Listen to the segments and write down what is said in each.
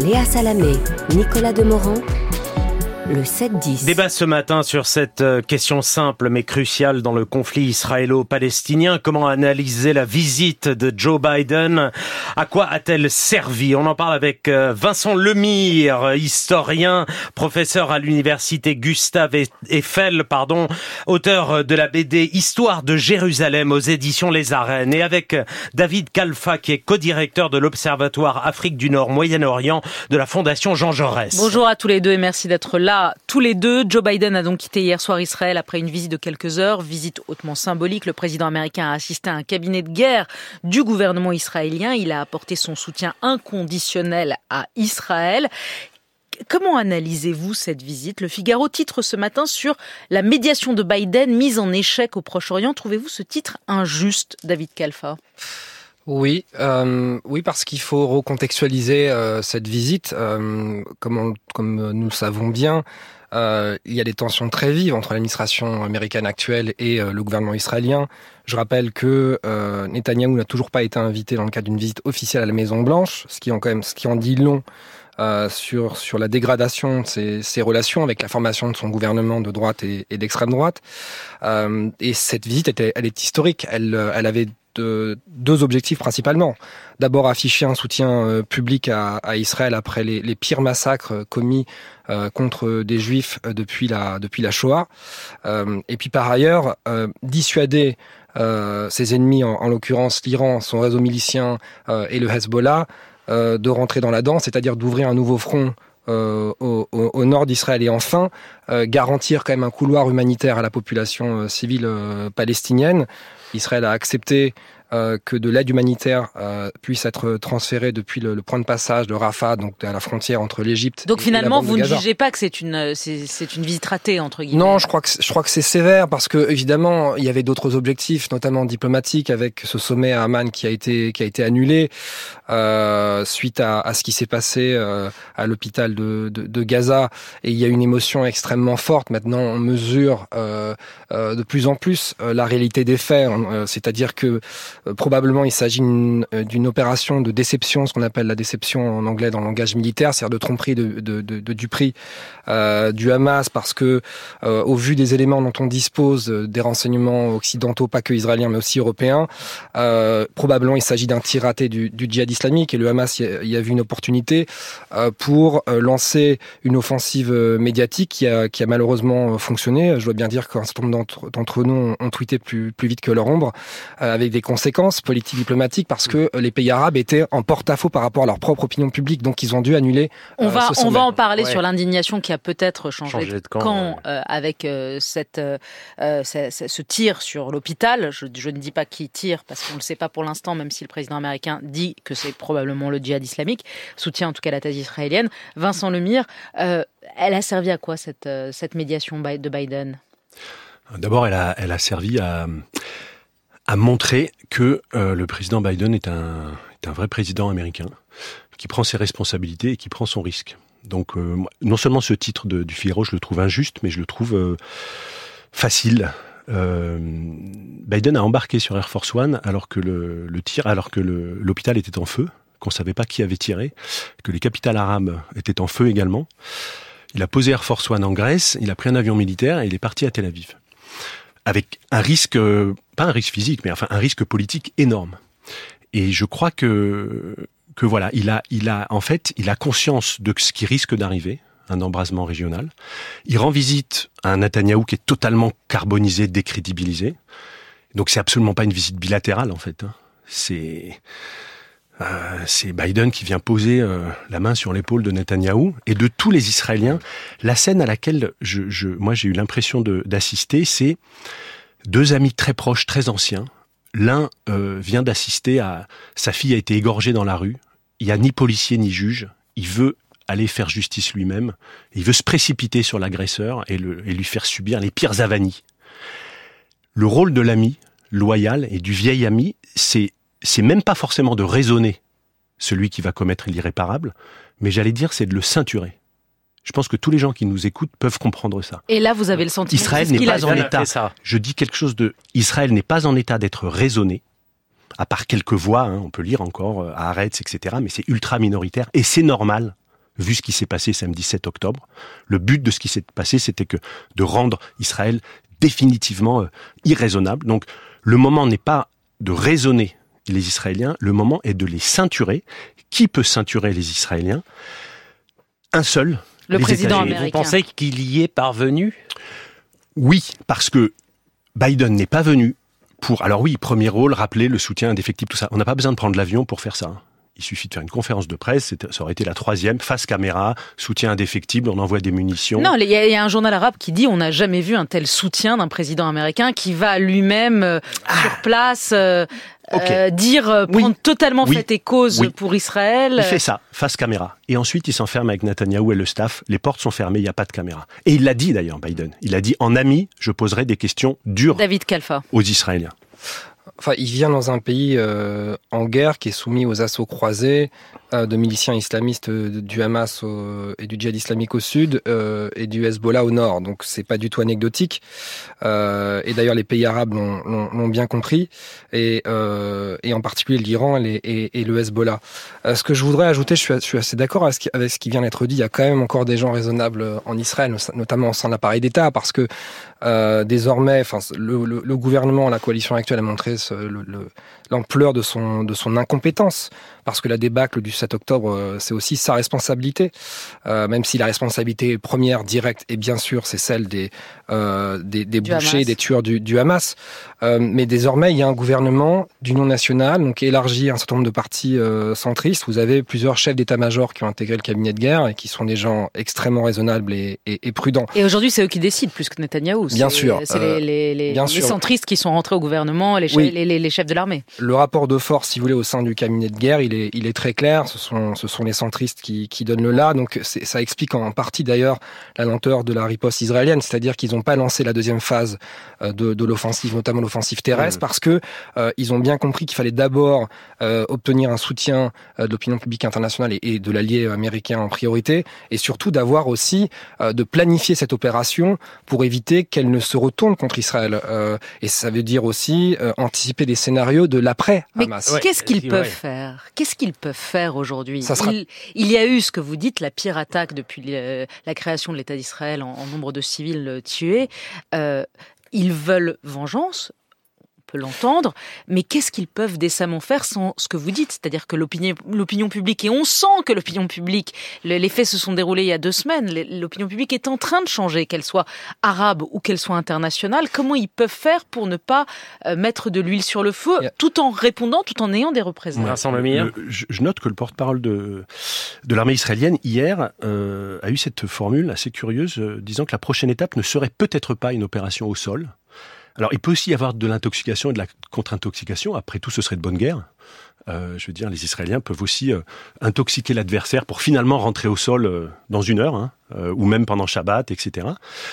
Léa Salamé, Nicolas Demorand, le 7-10. Débat ce matin sur cette question simple mais cruciale dans le conflit israélo-palestinien. Comment analyser la visite de Joe Biden? À quoi a-t-elle servi? On en parle avec Vincent Lemire, historien, professeur à l'université Gustave Eiffel, auteur de la BD Histoire de Jérusalem aux éditions Les Arènes, et avec David Khalfa, qui est co-directeur de l'Observatoire Afrique du Nord Moyen-Orient de la Fondation Jean Jaurès. Bonjour à tous les deux et merci d'être là. Tous les deux. Joe Biden a donc quitté hier soir Israël après une visite de quelques heures, visite hautement symbolique. Le président américain a assisté à un cabinet de guerre du gouvernement israélien. Il a apporté son soutien inconditionnel à Israël. Comment analysez-vous cette visite? Le Figaro titre ce matin sur la médiation de Biden mise en échec au Proche-Orient. Trouvez-vous ce titre injuste, David Khalfa? Oui, parce qu'il faut recontextualiser cette visite. Comme nous le savons bien, il y a des tensions très vives entre l'administration américaine actuelle et le gouvernement israélien. Je rappelle que Netanyahou n'a toujours pas été invité dans le cadre d'une visite officielle à la Maison-Blanche, ce qui en dit long sur la dégradation de ses relations avec la formation de son gouvernement de droite et d'extrême droite. Et cette visite, elle est historique. Elle avait deux objectifs principalement. D'abord, afficher un soutien public à Israël après les pires massacres commis contre des Juifs depuis la Shoah. Et puis par ailleurs, dissuader ses ennemis, en l'occurrence l'Iran, son réseau milicien et le Hezbollah, de rentrer dans la danse, c'est-à-dire d'ouvrir un nouveau front au nord d'Israël, et enfin garantir quand même un couloir humanitaire à la population civile palestinienne. Israël a accepté que de l'aide humanitaire puisse être transférée depuis le point de passage de Rafah, donc à la frontière entre l'Égypte. Donc finalement, vous ne jugez pas que c'est une visite ratée, entre guillemets? Non, je crois que c'est sévère, parce que évidemment il y avait d'autres objectifs, notamment diplomatiques, avec ce sommet à Amman qui a été annulé suite à ce qui s'est passé à l'hôpital de Gaza. Et il y a une émotion extrêmement forte. Maintenant, on mesure de plus en plus la réalité des faits, c'est-à-dire que probablement il s'agit d'une opération de déception, ce qu'on appelle la déception en anglais dans le langage militaire, c'est-à-dire de tromperie, de duperie du Hamas, parce que au vu des éléments dont on dispose, des renseignements occidentaux, pas que israéliens mais aussi européens, probablement il s'agit d'un tir raté du djihad islamique, et le Hamas y a vu une opportunité pour lancer une offensive médiatique qui a malheureusement fonctionné. Je dois bien dire qu'un certain nombre d'entre nous ont tweeté plus vite que leur ombre, avec des conséquences politiques, diplomatiques, parce que les pays arabes étaient en porte-à-faux par rapport à leur propre opinion publique, donc ils ont dû annuler on va en parler, ouais, sur l'indignation qui a peut-être changé de camp avec ce tir sur l'hôpital. Je ne dis pas qui tire, parce qu'on ne le sait pas pour l'instant, même si le président américain dit que c'est probablement le djihad islamique, soutient en tout cas la thèse israélienne. Vincent Lemire, elle a servi à quoi cette médiation de Biden? D'abord, elle a servi à montrer que le président Biden est un vrai président américain, qui prend ses responsabilités et qui prend son risque. Donc, non seulement ce titre du Figaro, je le trouve injuste, mais je le trouve facile. Biden a embarqué sur Air Force One alors que l'hôpital était en feu, qu'on savait pas qui avait tiré, que les capitales arabes étaient en feu également. Il a posé Air Force One en Grèce, il a pris un avion militaire et il est parti à Tel Aviv. Avec un risque, pas un risque physique, mais enfin un risque politique énorme. Et je crois que voilà, il a conscience de ce qui risque d'arriver, un embrasement régional. Il rend visite à un Netanyahou qui est totalement carbonisé, décrédibilisé. Donc c'est absolument pas une visite bilatérale en fait. C'est Biden qui vient poser la main sur l'épaule de Netanyahou, et de tous les Israéliens. La scène à laquelle moi j'ai eu l'impression d'assister, c'est deux amis très proches, très anciens. L'un vient d'assister à... Sa fille a été égorgée dans la rue. Il n'y a ni policier ni juge. Il veut aller faire justice lui-même. Il veut se précipiter sur l'agresseur et lui faire subir les pires avanies. Le rôle de l'ami loyal et du vieil ami, c'est même pas forcément de raisonner celui qui va commettre l'irréparable, mais j'allais dire c'est de le ceinturer. Je pense que tous les gens qui nous écoutent peuvent comprendre ça. Et là, vous avez le sentiment Israël n'est pas en état. Je dis quelque chose Israël n'est pas en état d'être raisonné, à part quelques voix, on peut lire encore Haaretz, etc. Mais c'est ultra minoritaire et c'est normal. vu ce qui s'est passé samedi 7 octobre. Le but de ce qui s'est passé, c'était de rendre Israël définitivement irraisonnable. Donc, le moment n'est pas de raisonner les Israéliens, le moment est de les ceinturer. Qui peut ceinturer les Israéliens ? Un seul. Le président américain. Vous pensez qu'il y est parvenu ? Oui, parce que Biden n'est pas venu pour... Alors oui, premier rôle, rappeler le soutien indéfectible, tout ça. On n'a pas besoin de prendre l'avion pour faire ça. Il suffit de faire une conférence de presse, ça aurait été la 3e, face caméra, soutien indéfectible, on envoie des munitions. Non, il y a un journal arabe qui dit on n'a jamais vu un tel soutien d'un président américain qui va lui-même sur place prendre totalement fait et cause pour Israël. Il fait ça, face caméra. Et ensuite, il s'enferme avec Netanyahou et le staff. Les portes sont fermées, il n'y a pas de caméra. Et il l'a dit d'ailleurs, Biden. Il a dit, en ami, je poserai des questions dures David Kalfa. Aux Israéliens. Enfin, il vient dans un pays en guerre qui est soumis aux assauts croisés de miliciens islamistes du Hamas et du djihad islamique au sud et du Hezbollah au nord. Donc c'est pas du tout anecdotique. Et d'ailleurs les pays arabes l'ont bien compris et en particulier l'Iran et le Hezbollah. Ce que je voudrais ajouter, je suis assez d'accord avec ce qui vient d'être dit. Il y a quand même encore des gens raisonnables en Israël, notamment au sein de l'appareil d'État, parce que désormais, le gouvernement, la coalition actuelle a montré l'ampleur de son incompétence, parce que la débâcle du 7 octobre, c'est aussi sa responsabilité, même si la responsabilité première, directe, et bien sûr, c'est celle des bouchers, des tueurs du Hamas. Mais désormais, il y a un gouvernement d'union nationale, donc élargi à un certain nombre de partis centristes. Vous avez plusieurs chefs d'état-major qui ont intégré le cabinet de guerre et qui sont des gens extrêmement raisonnables et prudents. Et aujourd'hui, c'est eux qui décident plus que Netanyahou. Bien sûr. C'est les centristes qui sont rentrés au gouvernement, les chefs de l'armée. Le rapport de force, si vous voulez, au sein du cabinet de guerre, il est très clair. Ce sont les centristes qui donnent le là. Donc ça explique en partie d'ailleurs la lenteur de la riposte israélienne, c'est-à-dire qu'ils n'ont pas lancé la deuxième phase de l'offensive, notamment l'offensive terrestre, parce que ils ont bien compris qu'il fallait d'abord obtenir un soutien de l'opinion publique internationale et de l'allié américain en priorité, et surtout d'avoir aussi de planifier cette opération pour éviter qu'elle ne se retourne contre Israël. Et ça veut dire aussi anticiper des scénarios de l'après-Hamas. Mais qu'est-ce qu'ils peuvent faire ? Qu'est-ce qu'ils peuvent faire aujourd'hui ? Il y a eu ce que vous dites, la pire attaque depuis la création de l'État d'Israël en nombre de civils tués. Ils veulent vengeance, on peut l'entendre, mais qu'est-ce qu'ils peuvent décemment faire sans ce que vous dites ? C'est-à-dire que l'opinion publique, et on sent que l'opinion publique, les faits se sont déroulés il y a 2 semaines, l'opinion publique est en train de changer, qu'elle soit arabe ou qu'elle soit internationale. Comment ils peuvent faire pour ne pas mettre de l'huile sur le feu, tout en répondant, tout en ayant des représailles ? Vincent Lemire. Je note que le porte-parole de l'armée israélienne, hier, a eu cette formule assez curieuse, disant que la prochaine étape ne serait peut-être pas une opération au sol. Alors, il peut aussi y avoir de l'intoxication et de la contre-intoxication. Après tout, ce serait de bonne guerre. Je veux dire, les Israéliens peuvent aussi intoxiquer l'adversaire pour finalement rentrer au sol dans 1 heure, ou même pendant Shabbat, etc.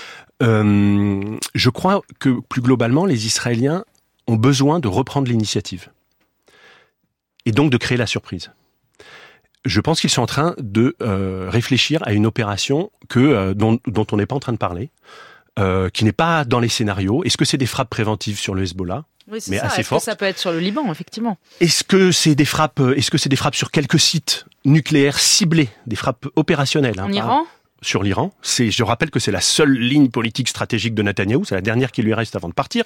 Je crois que, plus globalement, les Israéliens ont besoin de reprendre l'initiative. Et donc de créer la surprise. Je pense qu'ils sont en train de réfléchir à une opération dont on n'est pas en train de parler. Qui n'est pas dans les scénarios. Est-ce que c'est des frappes préventives sur le Hezbollah ? Oui, c'est ça. Est-ce que ça peut être sur le Liban, effectivement ? Est-ce que c'est des frappes sur quelques sites nucléaires ciblés, des frappes opérationnelles ? En Iran ? Sur l'Iran. Je rappelle que c'est la seule ligne politique stratégique de Netanyahou. C'est la dernière qui lui reste avant de partir.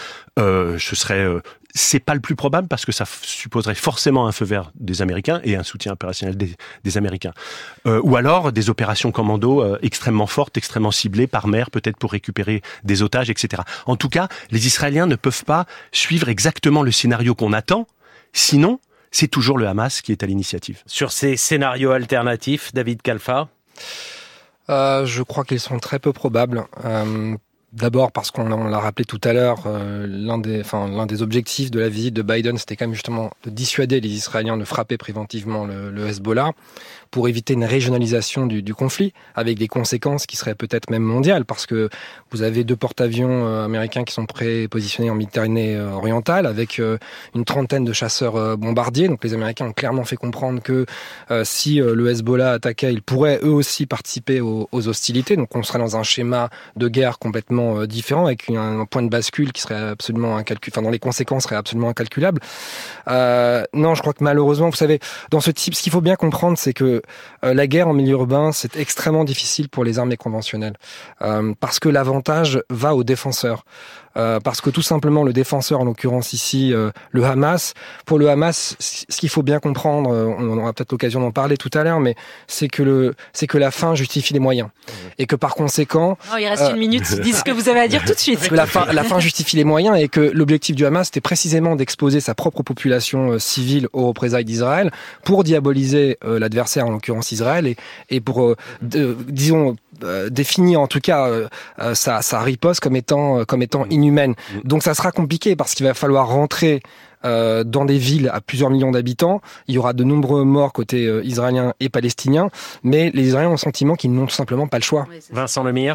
C'est pas le plus probable parce que ça supposerait forcément un feu vert des Américains et un soutien opérationnel des Américains. Ou alors des opérations commando extrêmement fortes, extrêmement ciblées par mer, peut-être pour récupérer des otages, etc. En tout cas, les Israéliens ne peuvent pas suivre exactement le scénario qu'on attend. Sinon, c'est toujours le Hamas qui est à l'initiative. Sur ces scénarios alternatifs, David Kalfa ? Je crois qu'ils sont très peu probables. D'abord parce qu'on l'a rappelé tout à l'heure, l'un des objectifs de la visite de Biden, c'était quand même justement de dissuader les Israéliens de frapper préventivement le Hezbollah pour éviter une régionalisation du conflit, avec des conséquences qui seraient peut-être même mondiales, parce que vous avez 2 porte-avions américains qui sont prépositionnés en Méditerranée orientale, avec une 30aine de chasseurs bombardiers. Donc les Américains ont clairement fait comprendre que si le Hezbollah attaquait, ils pourraient eux aussi participer aux hostilités. Donc on serait dans un schéma de guerre complètement totalement différent, avec un point de bascule qui serait absolument incalculable, enfin dont les conséquences seraient absolument incalculables. Non, je crois que malheureusement, vous savez, dans ce type, ce qu'il faut bien comprendre, c'est que la guerre en milieu urbain, c'est extrêmement difficile pour les armées conventionnelles, parce que l'avantage va aux défenseurs. Parce que tout simplement le défenseur, en l'occurrence ici le Hamas, pour le Hamas, ce qu'il faut bien comprendre, on aura peut-être l'occasion d'en parler tout à l'heure, mais c'est que la fin justifie les moyens, et que par conséquent, il reste une minute, dites ce que vous avez à dire tout de suite. Que la fin justifie les moyens, et que l'objectif du Hamas c'était précisément d'exposer sa propre population civile aux représailles d'Israël pour diaboliser l'adversaire, en l'occurrence Israël, et pour disons définir en tout cas sa riposte comme étant inhumaine. Donc ça sera compliqué parce qu'il va falloir rentrer dans des villes à plusieurs millions d'habitants. Il y aura de nombreux morts côté israélien et palestinien, mais les Israéliens ont le sentiment qu'ils n'ont tout simplement pas le choix. Vincent Lemire.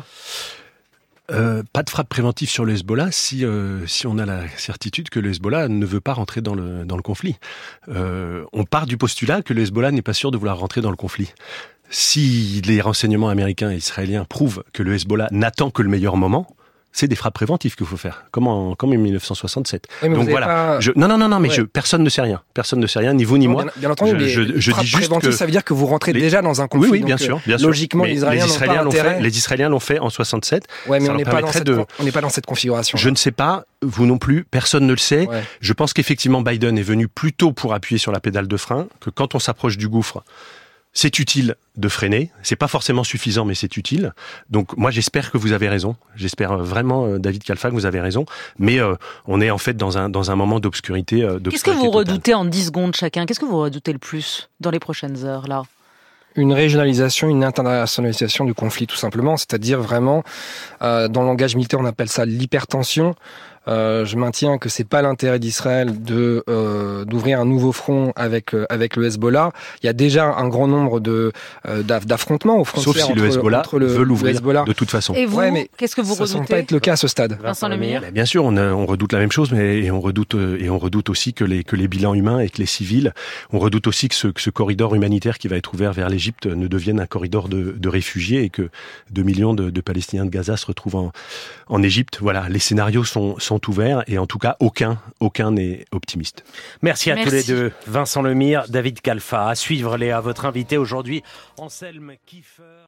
Pas de frappe préventive sur le Hezbollah si on a la certitude que le Hezbollah ne veut pas rentrer dans le conflit. On part du postulat que le Hezbollah n'est pas sûr de vouloir rentrer dans le conflit. Si les renseignements américains et israéliens prouvent que le Hezbollah n'attend que le meilleur moment, c'est des frappes préventives qu'il faut faire, comme en 1967. Oui, mais donc voilà. Personne ne sait rien. Personne ne sait rien, ni vous ni moi. Bien entendu, mais frappes préventives, ça veut dire que vous rentrez déjà dans un conflit. Oui, bien sûr. Logiquement, les Israéliens n'ont pas intérêt. Les Israéliens l'ont fait en 67. Ouais, mais on n'est pas dans cette configuration. Je ne sais pas, vous non plus, personne ne le sait. Ouais. Je pense qu'effectivement, Biden est venu plutôt pour appuyer sur la pédale de frein, que quand on s'approche du gouffre, c'est utile de freiner. C'est pas forcément suffisant, mais c'est utile. Donc, moi, j'espère que vous avez raison. J'espère vraiment, David Kalfa, que vous avez raison. Mais on est en fait dans un moment d'obscurité. Qu'est-ce que vous redoutez en 10 secondes chacun ? Qu'est-ce que vous redoutez le plus dans les prochaines heures, là ? Une régionalisation, une internationalisation du conflit, tout simplement. C'est-à-dire vraiment, dans le langage militaire, on appelle ça l'hypertension. Je maintiens que c'est pas l'intérêt d'Israël d'ouvrir un nouveau front avec le Hezbollah. Il y a déjà un grand nombre d'affrontements aux frontières. Sauf si le Hezbollah veut l'ouvrir de toute façon. Et vous, qu'est-ce que vous redoutez ? Ça semble pas être le cas à ce stade. Vincent Lemire. Bien sûr, on redoute la même chose, mais on redoute aussi que les bilans humains et que les civils. On redoute aussi que ce corridor humanitaire qui va être ouvert vers l'Égypte ne devienne un corridor de réfugiés et que 2 millions de Palestiniens de Gaza se retrouvent en Égypte. Voilà, les scénarios sont ouverts et en tout cas aucun n'est optimiste. Merci à tous les deux, Vincent Lemire, David Kalfa. À suivre, Léa, votre invité aujourd'hui, Anselme Kiefer.